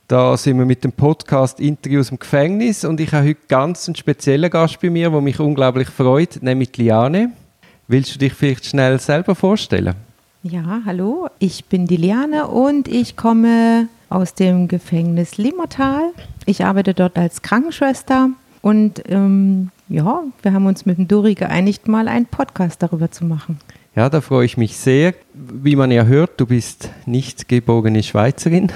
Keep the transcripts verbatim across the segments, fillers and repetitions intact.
Da sind wir mit dem Podcast Interview aus dem Gefängnis und ich habe heute ganz einen speziellen Gast bei mir, der mich unglaublich freut, nämlich Liane. Willst du dich vielleicht schnell selber vorstellen? Ja, hallo, ich bin die Liane und ich komme aus dem Gefängnis Limmatal. Ich arbeite dort als Krankenschwester und ähm, ja, wir haben uns mit dem Dori geeinigt, mal einen Podcast darüber zu machen. Ja, da freue ich mich sehr. Wie man ja hört, du bist nicht geborene Schweizerin.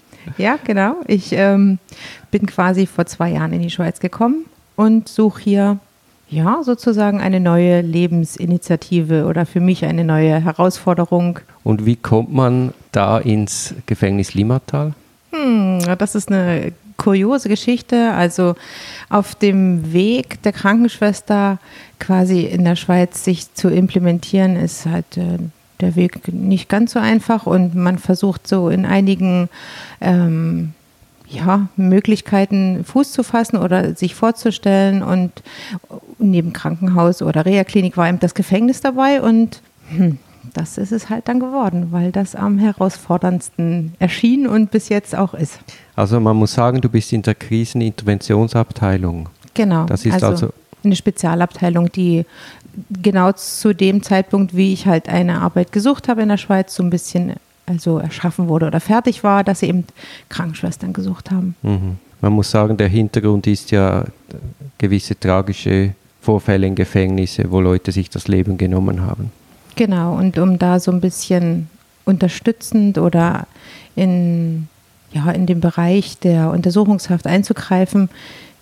Ja, genau. Ich ähm, bin quasi vor zwei Jahren in die Schweiz gekommen und suche hier ja sozusagen eine neue Lebensinitiative oder für mich eine neue Herausforderung. Und wie kommt man da ins Gefängnis Limmatal? Hm, das ist eine kuriose Geschichte. Also auf dem Weg der Krankenschwester quasi in der Schweiz sich zu implementieren, ist halt äh, der Weg nicht ganz so einfach und man versucht so in einigen ähm, ja, Möglichkeiten Fuß zu fassen oder sich vorzustellen und neben Krankenhaus oder Reha-Klinik war eben das Gefängnis dabei und hm, das ist es halt dann geworden, weil das am herausforderndsten erschien und bis jetzt auch ist. Also man muss sagen, du bist in der Kriseninterventionsabteilung. Genau. Das ist also, also eine Spezialabteilung, die genau zu dem Zeitpunkt, wie ich halt eine Arbeit gesucht habe in der Schweiz, so ein bisschen also erschaffen wurde oder fertig war, dass sie eben Krankenschwestern gesucht haben. Mhm. Man muss sagen, der Hintergrund ist ja gewisse tragische Vorfälle in Gefängnisse, wo Leute sich das Leben genommen haben. Genau, und um da so ein bisschen unterstützend oder in, ja, in den Bereich der Untersuchungshaft einzugreifen,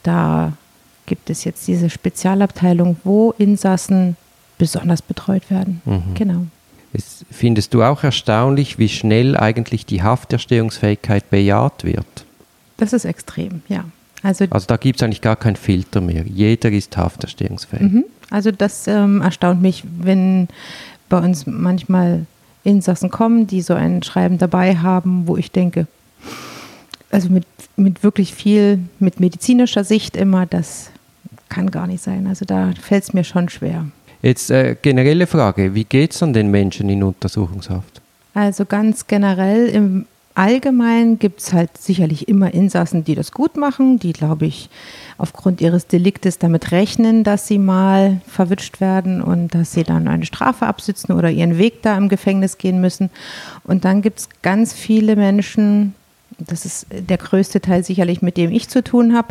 da gibt es jetzt diese Spezialabteilung, wo Insassen besonders betreut werden. Mhm. Genau. Es, findest du auch erstaunlich, wie schnell eigentlich die Hafterstehungsfähigkeit bejaht wird? Das ist extrem, ja. Also, also da gibt es eigentlich gar keinen Filter mehr. Jeder ist hafterstehungsfähig. Mhm. Also das ähm, erstaunt mich, wenn bei uns manchmal Insassen kommen, die so ein Schreiben dabei haben, wo ich denke, also mit, mit wirklich viel, mit medizinischer Sicht immer, das kann gar nicht sein. Also da fällt es mir schon schwer. Jetzt äh, generelle Frage, wie geht es an den Menschen in Untersuchungshaft? Also ganz generell im Allgemeinen gibt es halt sicherlich immer Insassen, die das gut machen, die, glaube ich, aufgrund ihres Deliktes damit rechnen, dass sie mal verwitscht werden und dass sie dann eine Strafe absitzen oder ihren Weg da im Gefängnis gehen müssen. Und dann gibt es ganz viele Menschen, das ist der größte Teil sicherlich, mit dem ich zu tun habe,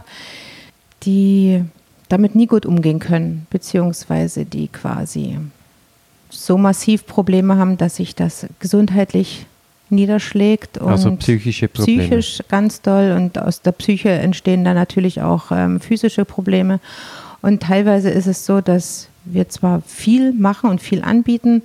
die damit nie gut umgehen können, beziehungsweise die quasi so massiv Probleme haben, dass sich das gesundheitlich niederschlägt und also psychische Probleme. Psychisch ganz doll und aus der Psyche entstehen dann natürlich auch ähm, physische Probleme und teilweise ist es so, dass wir zwar viel machen und viel anbieten,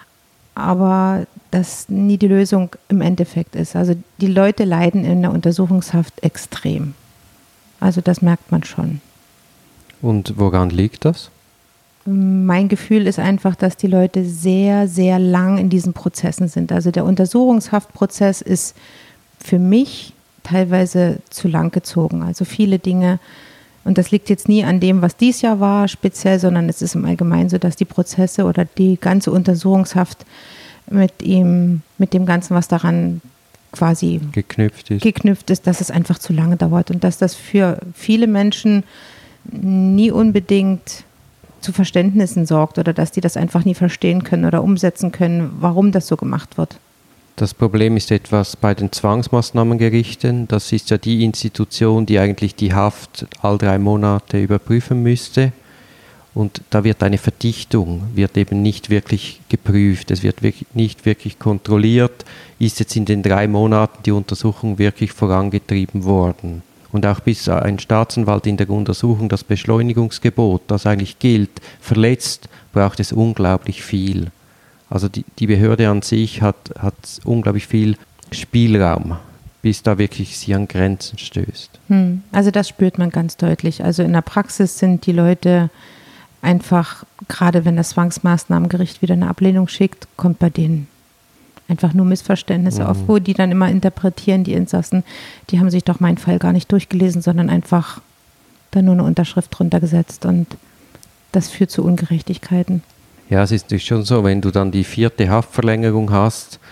aber das nie die Lösung im Endeffekt ist. Also die Leute leiden in der Untersuchungshaft extrem. Also das merkt man schon. Und woran liegt das? Mein Gefühl ist einfach, dass die Leute sehr, sehr lang in diesen Prozessen sind. Also der Untersuchungshaftprozess ist für mich teilweise zu lang gezogen. Also viele Dinge, und das liegt jetzt nie an dem, was dies Jahr war speziell, sondern es ist im Allgemeinen so, dass die Prozesse oder die ganze Untersuchungshaft mit ihm, mit dem Ganzen, was daran quasi geknüpft ist. geknüpft ist, dass es einfach zu lange dauert und dass das für viele Menschen nie unbedingt zu Verständnissen sorgt oder dass die das einfach nie verstehen können oder umsetzen können, warum das so gemacht wird. Das Problem ist etwas bei den Zwangsmaßnahmengerichten. Das ist ja die Institution, die eigentlich die Haft all drei Monate überprüfen müsste. Und da wird eine Verdichtung, wird eben nicht wirklich geprüft, es wird wirklich nicht wirklich kontrolliert, ist jetzt in den drei Monaten die Untersuchung wirklich vorangetrieben worden. Und auch bis ein Staatsanwalt in der Untersuchung das Beschleunigungsgebot, das eigentlich gilt, verletzt, braucht es unglaublich viel. Also die, die Behörde an sich hat, hat unglaublich viel Spielraum, bis da wirklich sie an Grenzen stößt. Hm, also das spürt man ganz deutlich. Also in der Praxis sind die Leute einfach, gerade wenn das Zwangsmaßnahmengericht wieder eine Ablehnung schickt, kommt bei denen einfach nur Missverständnisse mhm. auf, wo die dann immer interpretieren, die Insassen, die haben sich doch meinen Fall gar nicht durchgelesen, sondern einfach da nur eine Unterschrift drunter gesetzt und das führt zu Ungerechtigkeiten. Ja, es ist natürlich schon so, wenn du dann die vierte Haftverlängerung hast,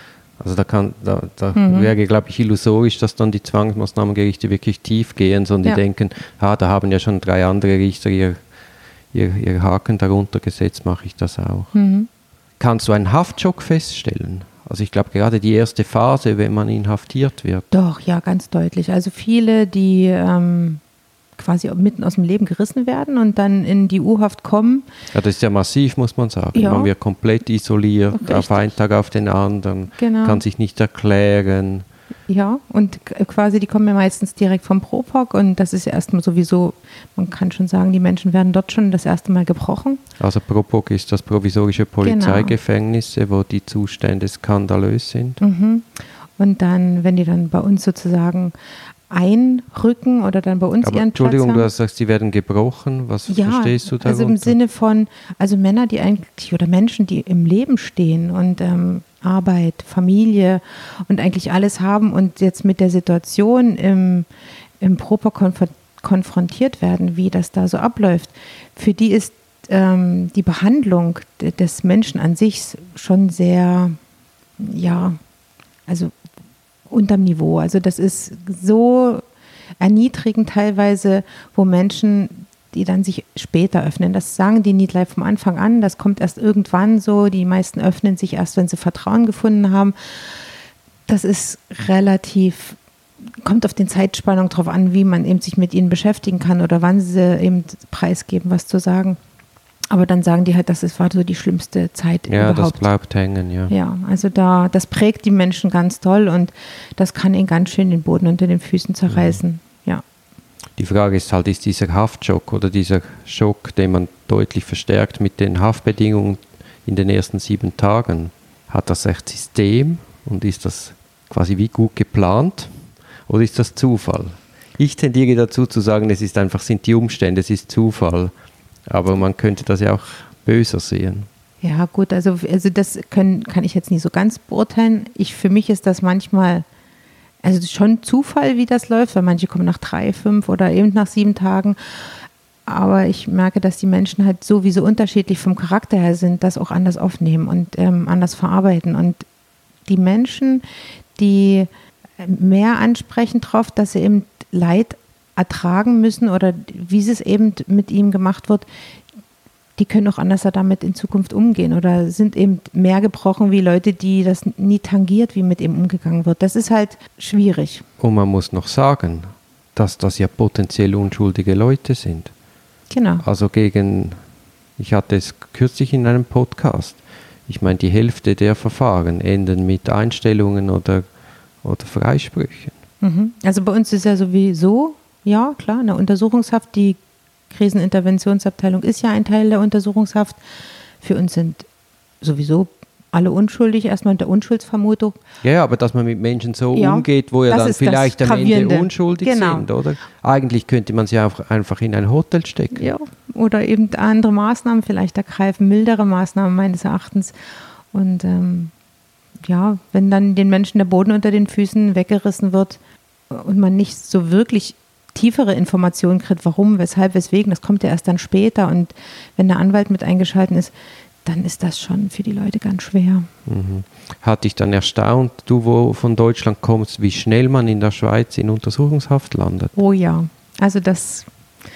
Also da, kann, da, da Mhm. wäre, glaube ich, illusorisch, dass dann die Zwangsmaßnahmengerichte wirklich tief gehen, sondern Ja. die denken, ah, da haben ja schon drei andere Richter ihr, ihr, ihr Haken darunter gesetzt, mache ich das auch. Mhm. Kannst du einen Haftschock feststellen? Also ich glaube, gerade die erste Phase, wenn man inhaftiert wird. Doch, ja, ganz deutlich. Also viele, die ähm, quasi mitten aus dem Leben gerissen werden und dann in die U-Haft kommen. Ja, das ist ja massiv, muss man sagen. Ja. Man wird komplett isoliert, Richtig. auf einen Tag auf den anderen, Genau. kann sich nicht erklären. Ja, und k- quasi, die kommen ja meistens direkt vom Propok und das ist ja erstmal sowieso, man kann schon sagen, die Menschen werden dort schon das erste Mal gebrochen. Also Propok ist das provisorische Polizeigefängnisse, wo die Zustände skandalös sind. Mhm. Und dann, wenn die dann bei uns sozusagen einrücken oder dann bei uns Aber ihren Entschuldigung, Platz du haben. hast gesagt, sie werden gebrochen. Was Ja, verstehst du darunter? also im Sinne von, also Männer, die eigentlich, oder Menschen, die im Leben stehen und ähm, Arbeit, Familie und eigentlich alles haben und jetzt mit der Situation im, im Proper konf- konfrontiert werden, wie das da so abläuft, für die ist ähm, die Behandlung de- des Menschen an sich schon sehr, ja, also unterm Niveau. Also das ist so erniedrigend teilweise, wo Menschen, die dann sich später öffnen. Das sagen die nicht gleich vom Anfang an, das kommt erst irgendwann so. Die meisten öffnen sich erst, wenn sie Vertrauen gefunden haben. Das ist relativ, kommt auf den Zeitspannung drauf an, wie man eben sich mit ihnen beschäftigen kann oder wann sie eben preisgeben, was zu sagen. Aber dann sagen die halt, das ist, war so die schlimmste Zeit Ja, das überhaupt. bleibt hängen, ja. Ja, also da, das prägt die Menschen ganz toll und das kann ihnen ganz schön den Boden unter den Füßen zerreißen. Ja. Die Frage ist halt, ist dieser Haftschock oder dieser Schock, den man deutlich verstärkt mit den Haftbedingungen in den ersten sieben Tagen, hat das echt System und ist das quasi wie gut geplant oder ist das Zufall? Ich tendiere dazu zu sagen, es ist einfach, sind die Umstände, es ist Zufall. Aber man könnte das ja auch böser sehen. Ja, gut, also, also das können, kann ich jetzt nicht so ganz beurteilen. Ich, für mich ist das manchmal, also das ist schon Zufall, wie das läuft, weil manche kommen nach drei, fünf oder eben nach sieben Tagen. Aber ich merke, dass die Menschen halt sowieso unterschiedlich vom Charakter her sind, das auch anders aufnehmen und ähm, anders verarbeiten. Und die Menschen, die mehr ansprechen darauf, dass sie eben Leid ertragen müssen oder wie es eben mit ihm gemacht wird, die können auch anders damit in Zukunft umgehen oder sind eben mehr gebrochen wie Leute, die das nie tangiert, wie mit ihm umgegangen wird. Das ist halt schwierig. Und man muss noch sagen, dass das ja potenziell unschuldige Leute sind. Genau. Also gegen, ich hatte es kürzlich in einem Podcast, ich meine, die Hälfte der Verfahren enden mit Einstellungen oder, oder Freisprüchen. Mhm. Also bei uns ist ja sowieso, ja klar, eine Untersuchungshaft, die Kriseninterventionsabteilung ist ja ein Teil der Untersuchungshaft. Für uns sind sowieso alle unschuldig, erstmal mit der Unschuldsvermutung. Ja, aber dass man mit Menschen so Ja, umgeht, wo ja das dann ist das vielleicht am Ende Gravierende. unschuldig Genau. sind, oder? Eigentlich könnte man sie auch einfach in ein Hotel stecken. Ja, oder eben andere Maßnahmen vielleicht ergreifen, mildere Maßnahmen meines Erachtens. Und ähm, ja, wenn dann den Menschen der Boden unter den Füßen weggerissen wird und man nicht so wirklich tiefere Informationen kriegt, warum, weshalb, weswegen, das kommt ja erst dann später. Und wenn der Anwalt mit eingeschaltet ist, dann ist das schon für die Leute ganz schwer. Mhm. Hat dich dann erstaunt, du wo von Deutschland kommst, wie schnell man in der Schweiz in Untersuchungshaft landet? Oh ja, also das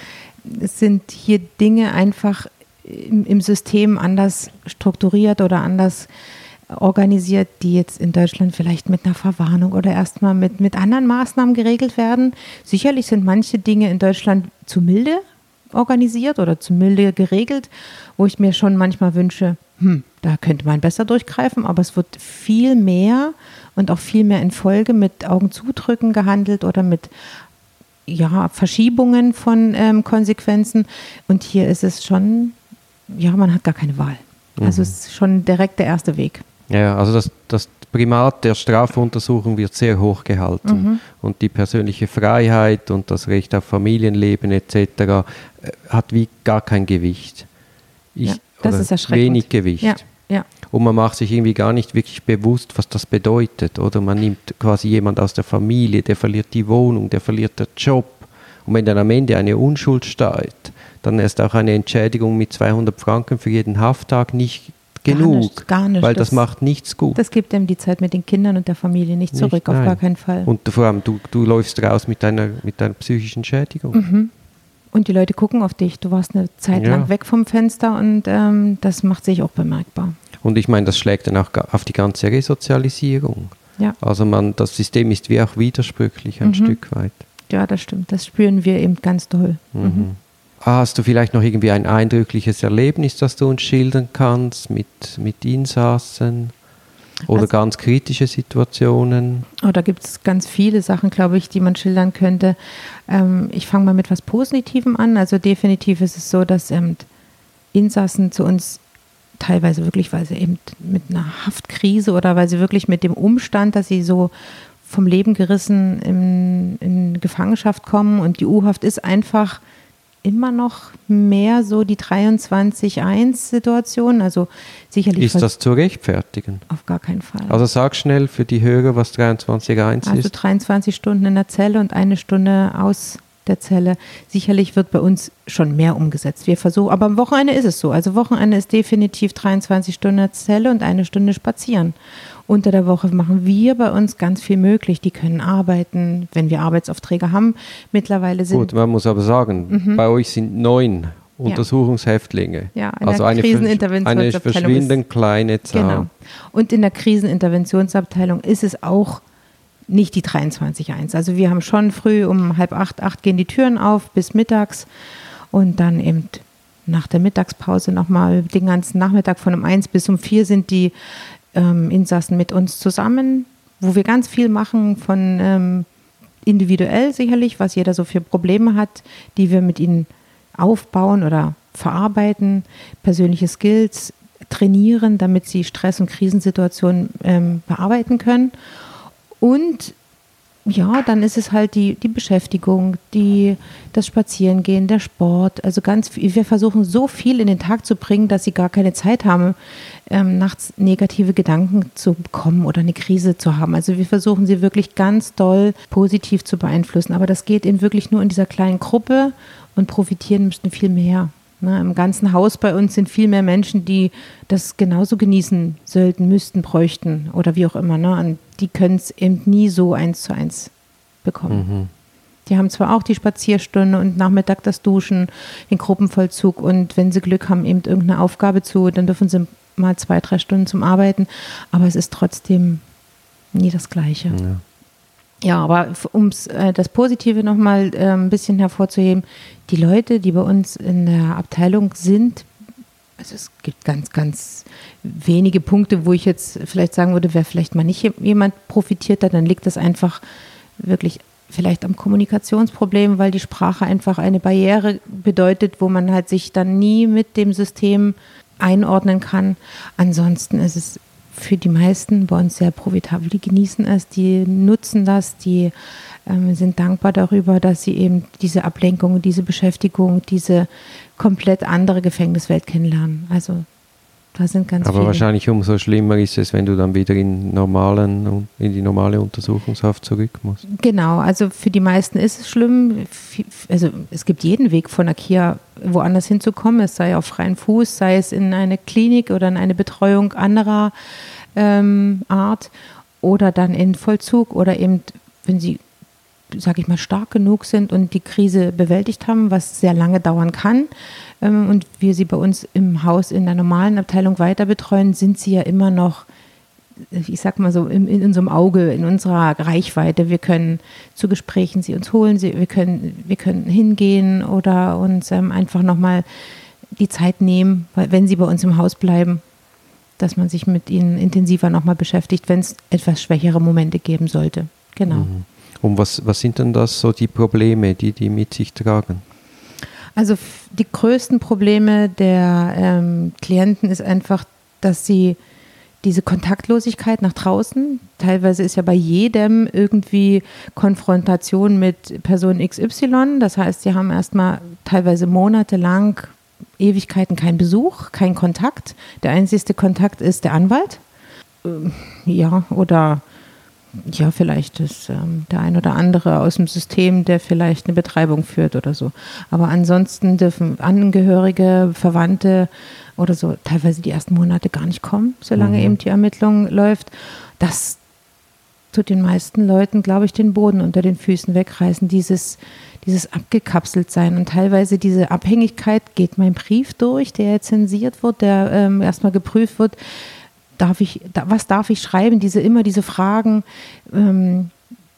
es sind hier Dinge einfach im, im System anders strukturiert oder anders organisiert, die jetzt in Deutschland vielleicht mit einer Verwarnung oder erstmal mit, mit anderen Maßnahmen geregelt werden. Sicherlich sind manche Dinge in Deutschland zu milde organisiert oder zu milde geregelt, wo ich mir schon manchmal wünsche, hm, da könnte man besser durchgreifen, aber es wird viel mehr und auch viel mehr in Folge mit Augen zudrücken gehandelt oder mit ja, Verschiebungen von ähm, Konsequenzen. Und hier ist es schon, ja, man hat gar keine Wahl. Mhm. Also es ist schon direkt der erste Weg. Ja, also das, das Primat der Strafuntersuchung wird sehr hoch gehalten. Mhm. Und die persönliche Freiheit und das Recht auf Familienleben et cetera äh, hat wie gar kein Gewicht. Ich, Ja, das oder ist erschreckend. wenig Gewicht. Ja, ja. Und man macht sich irgendwie gar nicht wirklich bewusst, was das bedeutet. Oder man nimmt quasi jemand aus der Familie, der verliert die Wohnung, der verliert den Job. Und wenn dann am Ende eine Unschuld steigt, dann ist auch eine Entschädigung mit zweihundert Franken für jeden Hafttag nicht genug, gar nicht, gar nicht. weil das, das macht nichts gut. Das gibt ihm die Zeit mit den Kindern und der Familie nicht zurück, nicht, auf nein. gar keinen Fall. Und vor allem, du, du läufst raus mit deiner, mit deiner psychischen Schädigung. Mhm. Und die Leute gucken auf dich. Du warst eine Zeit ja. lang weg vom Fenster und ähm, das macht sich auch bemerkbar. Und ich meine, das schlägt dann auch auf die ganze Resozialisierung. Ja. Also man, das System ist wie auch widersprüchlich ein mhm. Stück weit. Ja, das stimmt. Das spüren wir eben ganz doll. Mhm. Mhm. Hast du vielleicht noch irgendwie ein eindrückliches Erlebnis, das du uns schildern kannst mit, mit Insassen? Oder also, ganz kritische Situationen? Oh, da gibt es ganz viele Sachen, glaube ich, die man schildern könnte. Ähm, ich fange mal mit etwas Positivem an. Also definitiv ist es so, dass ähm, Insassen zu uns teilweise wirklich, weil sie eben mit einer Haftkrise oder weil sie wirklich mit dem Umstand, dass sie so vom Leben gerissen in, in Gefangenschaft kommen und die U-Haft ist einfach immer noch mehr so die dreiundzwanzig eins Situation, also sicherlich... Ist das zu rechtfertigen? Auf gar keinen Fall. Also sag schnell für die Hörer, was dreiundzwanzig eins also ist. Also dreiundzwanzig Stunden in der Zelle und eine Stunde aus der Zelle. Sicherlich wird bei uns schon mehr umgesetzt. Wir versuchen, aber am Wochenende ist es so. Also Wochenende ist definitiv dreiundzwanzig Stunden in der Zelle und eine Stunde spazieren. Unter der Woche machen wir bei uns ganz viel möglich. Die können arbeiten, wenn wir Arbeitsaufträge haben. Mittlerweile sind... Gut, man muss aber sagen, mhm. bei euch sind neun Untersuchungshäftlinge. Ja, in also der eine, Kriseninterventionsabteilung eine verschwindend kleine Zahl. Genau. Und in der Kriseninterventionsabteilung ist es auch nicht die dreiundzwanzig eins. Also wir haben schon früh um halb acht, acht gehen die Türen auf bis mittags und dann eben nach der Mittagspause nochmal den ganzen Nachmittag von um eins bis um vier sind die ähm, Insassen mit uns zusammen, wo wir ganz viel machen von ähm, individuell sicherlich, was jeder so für Probleme hat, die wir mit ihnen aufbauen oder verarbeiten, persönliche Skills trainieren, damit sie Stress- und Krisensituationen ähm, bearbeiten können. Und ja, dann ist es halt die, die Beschäftigung, die, das Spazierengehen, der Sport. Also ganz viel, wir versuchen so viel in den Tag zu bringen, dass sie gar keine Zeit haben, ähm, nachts negative Gedanken zu bekommen oder eine Krise zu haben. Also wir versuchen sie wirklich ganz doll positiv zu beeinflussen. Aber das geht eben wirklich nur in dieser kleinen Gruppe und profitieren müssten viel mehr. Ne, im ganzen Haus bei uns sind viel mehr Menschen, die das genauso genießen sollten, müssten, bräuchten oder wie auch immer. Ne? Und die können es eben nie so eins zu eins bekommen. Mhm. Die haben zwar auch die Spazierstunde und Nachmittag das Duschen, den Gruppenvollzug und wenn sie Glück haben, eben irgendeine Aufgabe zu, dann dürfen sie mal zwei, drei Stunden zum Arbeiten, aber es ist trotzdem nie das Gleiche. Ja. Ja, aber um äh, das Positive nochmal äh, ein bisschen hervorzuheben, die Leute, die bei uns in der Abteilung sind, also es gibt ganz, ganz wenige Punkte, wo ich jetzt vielleicht sagen würde, wer vielleicht mal nicht jemand profitiert hat, dann liegt das einfach wirklich vielleicht am Kommunikationsproblem, weil die Sprache einfach eine Barriere bedeutet, wo man halt sich dann nie mit dem System einordnen kann. Ansonsten ist es für die meisten bei uns sehr profitabel. Die genießen es, die nutzen das, die ähm, sind dankbar darüber, dass sie eben diese Ablenkung, diese Beschäftigung, diese komplett andere Gefängniswelt kennenlernen. Also da sind ganz Aber viele. wahrscheinlich umso schlimmer ist es, wenn du dann wieder in, normalen, in die normale Untersuchungshaft zurück musst. Genau, also für die meisten ist es schlimm. Also es gibt jeden Weg von Akia woanders hinzukommen, es sei auf freien Fuß, sei es in eine Klinik oder in eine Betreuung anderer ähm, Art oder dann in Vollzug oder eben, wenn sie, sage ich mal, stark genug sind und die Krise bewältigt haben, was sehr lange dauern kann ähm, und wir sie bei uns im Haus in der normalen Abteilung weiter betreuen, sind sie ja immer noch, ich sag mal so, in, in unserem Auge, in unserer Reichweite. Wir können zu Gesprächen sie uns holen, sie, wir, können, wir können hingehen oder uns ähm, einfach nochmal die Zeit nehmen, weil, wenn sie bei uns im Haus bleiben, dass man sich mit ihnen intensiver nochmal beschäftigt, wenn es etwas schwächere Momente geben sollte. Genau. Mhm. Und was, was sind denn das so die Probleme, die die mit sich tragen? Also die größten Probleme der ähm, Klienten ist einfach, dass sie diese Kontaktlosigkeit nach draußen, teilweise ist ja bei jedem irgendwie Konfrontation mit Person X Y, das heißt, sie haben erstmal teilweise monatelang, Ewigkeiten keinen Besuch, keinen Kontakt. Der einzigste Kontakt ist der Anwalt. Ja, oder Ja, vielleicht ist ähm, der ein oder andere aus dem System, der vielleicht eine Betreibung führt oder so. Aber ansonsten dürfen Angehörige, Verwandte oder so teilweise die ersten Monate gar nicht kommen, solange mhm. eben die Ermittlung läuft. Das tut den meisten Leuten, glaube ich, den Boden unter den Füßen wegreißen, dieses, dieses abgekapselt sein. Und teilweise diese Abhängigkeit, geht mein Brief durch, der zensiert wird, der ähm, erstmal geprüft wird. Darf ich, da, was darf ich schreiben? Diese, immer diese Fragen, ähm,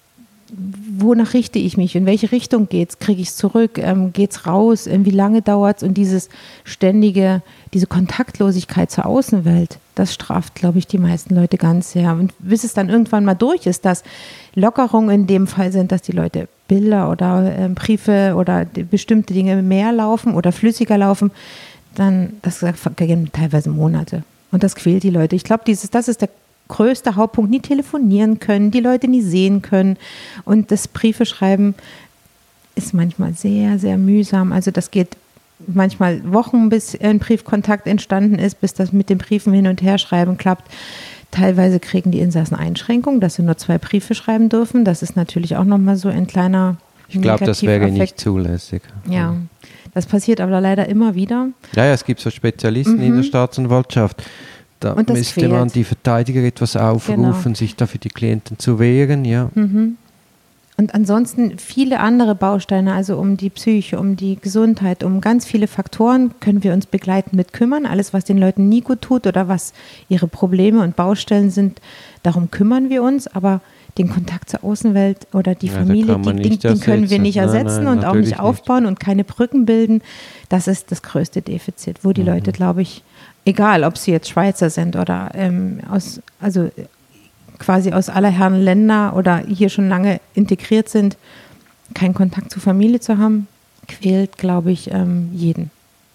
wonach richte ich mich? In welche Richtung geht's? Kriege ich es zurück? Ähm, geht's raus? Ähm, wie lange dauert's? Und dieses ständige, diese Kontaktlosigkeit zur Außenwelt, das straft, glaube ich, die meisten Leute ganz sehr. Und bis es dann irgendwann mal durch ist, dass Lockerungen in dem Fall sind, dass die Leute Bilder oder äh, Briefe oder bestimmte Dinge mehr laufen oder flüssiger laufen, dann, das gehen teilweise Monate. Und das quält die Leute. Ich glaube, dieses, das ist der größte Hauptpunkt. Nie telefonieren können, die Leute nie sehen können. Und das Briefe schreiben ist manchmal sehr, sehr mühsam. Also das geht manchmal Wochen, bis ein Briefkontakt entstanden ist, bis das mit den Briefen hin und her schreiben klappt. Teilweise kriegen die Insassen Einschränkungen, dass sie nur zwei Briefe schreiben dürfen. Das ist natürlich auch nochmal so ein kleiner Ich glaube, das wäre nicht zulässig. Ja, das passiert aber leider immer wieder. Ja, ja, es gibt so Spezialisten mhm. in der Staatsanwaltschaft. Da müsste quält. man die Verteidiger etwas aufrufen, genau. sich da für die Klienten zu wehren. Ja. Mhm. Und ansonsten viele andere Bausteine, also um die Psyche, um die Gesundheit, um ganz viele Faktoren können wir uns begleitend mit kümmern. Alles, was den Leuten nie gut tut oder was ihre Probleme und Baustellen sind, darum kümmern wir uns. Aber den Kontakt zur Außenwelt oder die ja, Familie, die, den, den können wir nicht ersetzen nein, nein, und auch nicht aufbauen nicht. Und keine Brücken bilden. Das ist das größte Defizit, wo die mhm. Leute, glaube ich, egal ob sie jetzt Schweizer sind oder ähm, aus, also quasi aus aller Herren Länder oder hier schon lange integriert sind, keinen Kontakt zur Familie zu haben, quält, glaube ich, ähm, jeden.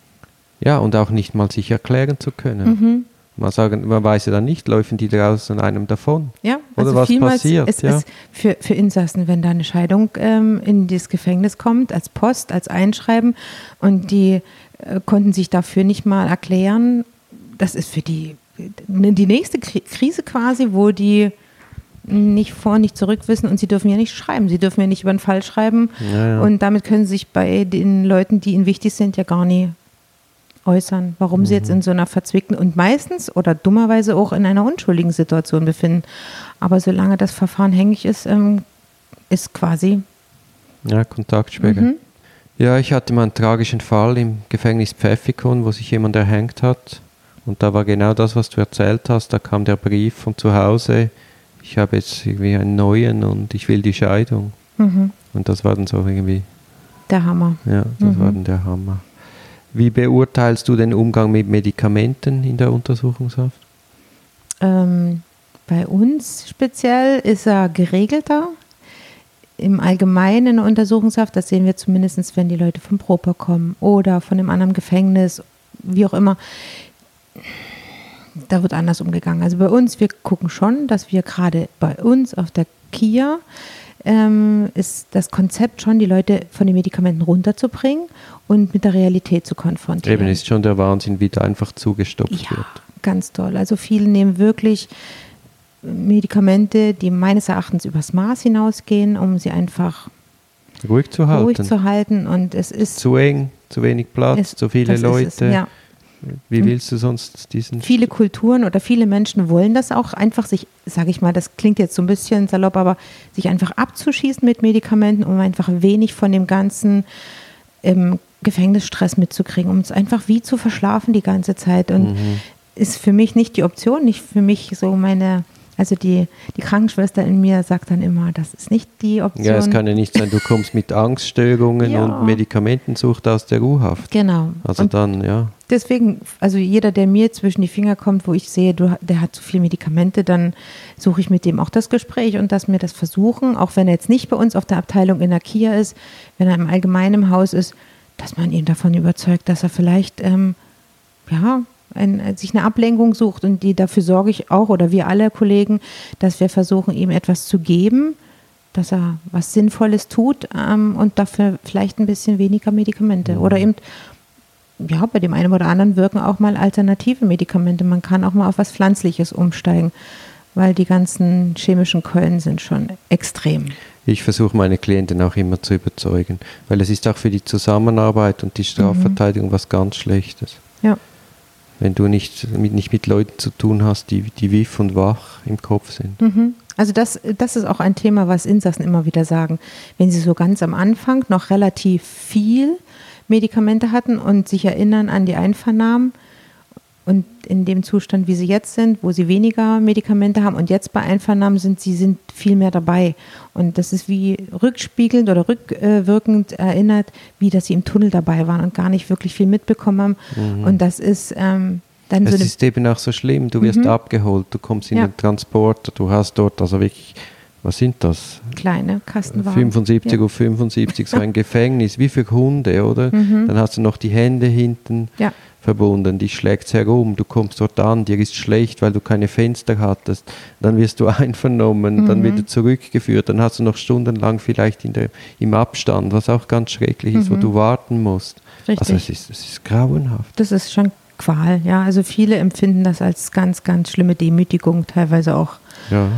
Ja, und auch nicht mal sich erklären zu können. Mhm. Man, sagen, man weiß ja dann nicht, laufen die draußen einem davon? Ja, also oder was vielmals passiert? Es ja? ist für, für Insassen, wenn da eine Scheidung ähm, in das Gefängnis kommt, als Post, als Einschreiben und die äh, konnten sich dafür nicht mal erklären, das ist für die die nächste Krise quasi, wo die nicht vor, nicht zurück wissen und sie dürfen ja nicht schreiben, sie dürfen ja nicht über einen Fall schreiben ja, ja. und damit können sie sich bei den Leuten, die ihnen wichtig sind, ja gar nie äußern, warum mhm. sie jetzt in so einer verzwickten und meistens oder dummerweise auch in einer unschuldigen Situation befinden. Aber solange das Verfahren hängig ist, ähm, ist quasi ja, Kontaktsperre. Mhm. Ja, ich hatte mal einen tragischen Fall im Gefängnis Pfäffikon, wo sich jemand erhängt hat. Und da war genau das, was du erzählt hast. Da kam der Brief von zu Hause, ich habe jetzt irgendwie einen neuen und ich will die Scheidung. Mhm. Und das war dann so irgendwie... Der Hammer. Ja, das mhm. war dann der Hammer. Wie beurteilst du den Umgang mit Medikamenten in der Untersuchungshaft? Ähm, bei uns speziell ist er geregelter. Im Allgemeinen in der Untersuchungshaft, das sehen wir zumindest, wenn die Leute vom Proper kommen oder von einem anderen Gefängnis, wie auch immer. Da wird anders umgegangen. Also bei uns, wir gucken schon, dass wir gerade bei uns auf der K I A ähm, ist das Konzept schon, die Leute von den Medikamenten runterzubringen und mit der Realität zu konfrontieren. Eben ist schon der Wahnsinn, wie da einfach zugestopft ja, wird. Ganz toll. Also viele nehmen wirklich Medikamente, die meines Erachtens übers Maß hinausgehen, um sie einfach ruhig zu halten. Ruhig zu halten. Und es ist zu eng, zu wenig Platz, es, zu viele Leute. Es, ja. Wie willst du sonst diesen... Viele Kulturen oder viele Menschen wollen das auch einfach, sich, sage ich mal, das klingt jetzt so ein bisschen salopp, aber sich einfach abzuschießen mit Medikamenten, um einfach wenig von dem ganzen ähm, Gefängnisstress mitzukriegen, um es einfach wie zu verschlafen die ganze Zeit. Und mhm. ist für mich nicht die Option, nicht für mich so meine... Also die, die Krankenschwester in mir sagt dann immer, das ist nicht die Option. Ja, es kann ja nicht sein, du kommst mit Angststörungen ja. und Medikamentensucht aus der U-Haft. Genau. Also und dann, ja. Deswegen, also jeder, der mir zwischen die Finger kommt, wo ich sehe, du, der hat zu viel Medikamente, dann suche ich mit dem auch das Gespräch und dass wir das versuchen, auch wenn er jetzt nicht bei uns auf der Abteilung in der K I A ist, wenn er im allgemeinen im Haus ist, dass man ihn davon überzeugt, dass er vielleicht, ähm, ja, Ein, sich eine Ablenkung sucht und die dafür sorge ich auch oder wir alle Kollegen, dass wir versuchen, ihm etwas zu geben, dass er was Sinnvolles tut ähm, und dafür vielleicht ein bisschen weniger Medikamente mhm. oder eben, ja, bei dem einen oder anderen wirken auch mal alternative Medikamente. Man kann auch mal auf was Pflanzliches umsteigen. weil die ganzen chemischen Keulen sind schon extrem. Ich versuche meine Klienten auch immer zu überzeugen, weil es ist auch für die Zusammenarbeit und die Strafverteidigung mhm. was ganz Schlechtes. Ja. Wenn du nicht mit, nicht mit Leuten zu tun hast, die, die wiff und wach im Kopf sind. Mhm. Also das, das ist auch ein Thema, was Insassen immer wieder sagen. Wenn sie so ganz am Anfang noch relativ viel Medikamente hatten und sich erinnern an die Einvernahmen und in dem Zustand, wie sie jetzt sind, wo sie weniger Medikamente haben und jetzt bei Einvernahmen sind, sie sind viel mehr dabei. Und das ist wie rückspiegelnd oder rückwirkend erinnert, wie dass sie im Tunnel dabei waren und gar nicht wirklich viel mitbekommen haben. Mhm. Und das ist ähm, dann es so eine ist eben auch so schlimm, du wirst mhm. abgeholt, du kommst in ja. den Transporter, du hast dort also wirklich, was sind das? Kleine Kastenwagen. fünfundsiebzig ja. auf fünfundsiebzig, so ein Gefängnis, wie für Hunde, oder? Mhm. Dann hast du noch die Hände hinten. Ja. verbunden, dich schlägt es herum, du kommst dort an, dir ist schlecht, weil du keine Fenster hattest, dann wirst du einvernommen, mhm. dann wieder zurückgeführt, dann hast du noch stundenlang vielleicht in der, im Abstand, was auch ganz schrecklich ist, mhm. wo du warten musst. Richtig. Also es ist, es ist grauenhaft. Das ist schon Qual, ja, also viele empfinden das als ganz, ganz schlimme Demütigung, teilweise auch. Ja.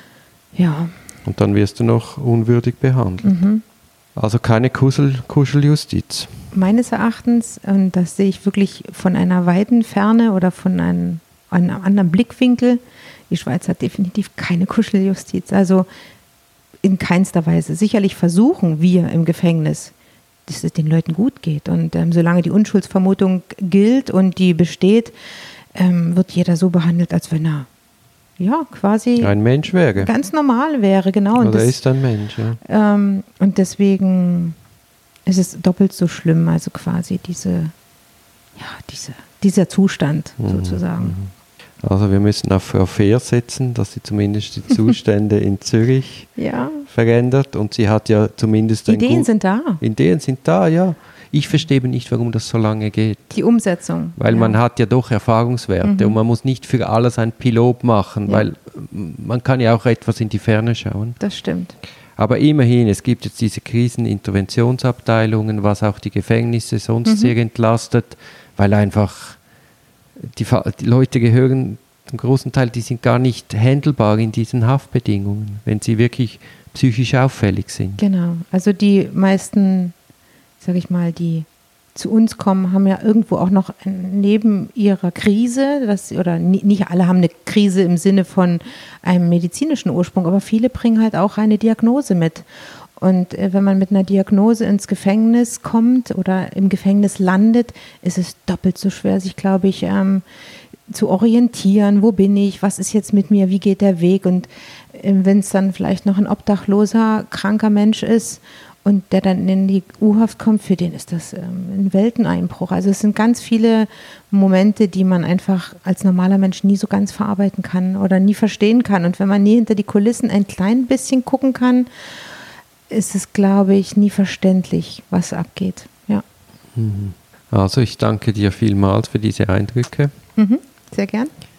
Ja. Und dann wirst du noch unwürdig behandelt. Mhm. Also keine Kuschel, Kuscheljustiz. Meines Erachtens, und das sehe ich wirklich von einer weiten Ferne oder von einem, einem anderen Blickwinkel, die Schweiz hat definitiv keine Kuscheljustiz. Also in keinster Weise. Sicherlich versuchen wir im Gefängnis, dass es den Leuten gut geht. Und ähm, solange die Unschuldsvermutung gilt und die besteht, ähm, wird jeder so behandelt, als wenn er ja, quasi ein Mensch wäre. Ganz normal wäre, genau. Oder und das, ist ein Mensch, ja. Ähm, und deswegen ist es doppelt so schlimm, also quasi diese, ja, diese, dieser Zustand mhm. sozusagen. Also wir müssen auf Frau Fehr setzen, dass sie zumindest die Zustände in Zürich ja. verändert und sie hat ja zumindest... Ideen gut, sind da. Ideen sind da, ja. Ich verstehe nicht, warum das so lange geht. Die Umsetzung. Weil ja. man hat ja doch Erfahrungswerte mhm. und man muss nicht für alles ein Pilot machen, ja. weil man kann ja auch etwas in die Ferne schauen. Das stimmt. Aber immerhin, es gibt jetzt diese Kriseninterventionsabteilungen, was auch die Gefängnisse sonst mhm. sehr entlastet, weil einfach die, die Leute gehören, zum großen Teil, die sind gar nicht handelbar in diesen Haftbedingungen, wenn sie wirklich psychisch auffällig sind. Genau, also die meisten... sage ich mal, die zu uns kommen, haben ja irgendwo auch noch neben ihrer Krise, das, oder nicht alle haben eine Krise im Sinne von einem medizinischen Ursprung, aber viele bringen halt auch eine Diagnose mit. Und äh, wenn man mit einer Diagnose ins Gefängnis kommt oder im Gefängnis landet, ist es doppelt so schwer, sich, glaube ich, ähm, zu orientieren. Wo bin ich? Was ist jetzt mit mir? Wie geht der Weg? Und äh, wenn es dann vielleicht noch ein obdachloser, kranker Mensch ist, und der dann in die U-Haft kommt, für den ist das ähm, ein Welteneinbruch. Also es sind ganz viele Momente, die man einfach als normaler Mensch nie so ganz verarbeiten kann oder nie verstehen kann. Und wenn man nie hinter die Kulissen ein klein bisschen gucken kann, ist es, glaube ich, nie verständlich, was abgeht. Ja. Also ich danke dir vielmals für diese Eindrücke. Mhm, sehr gern.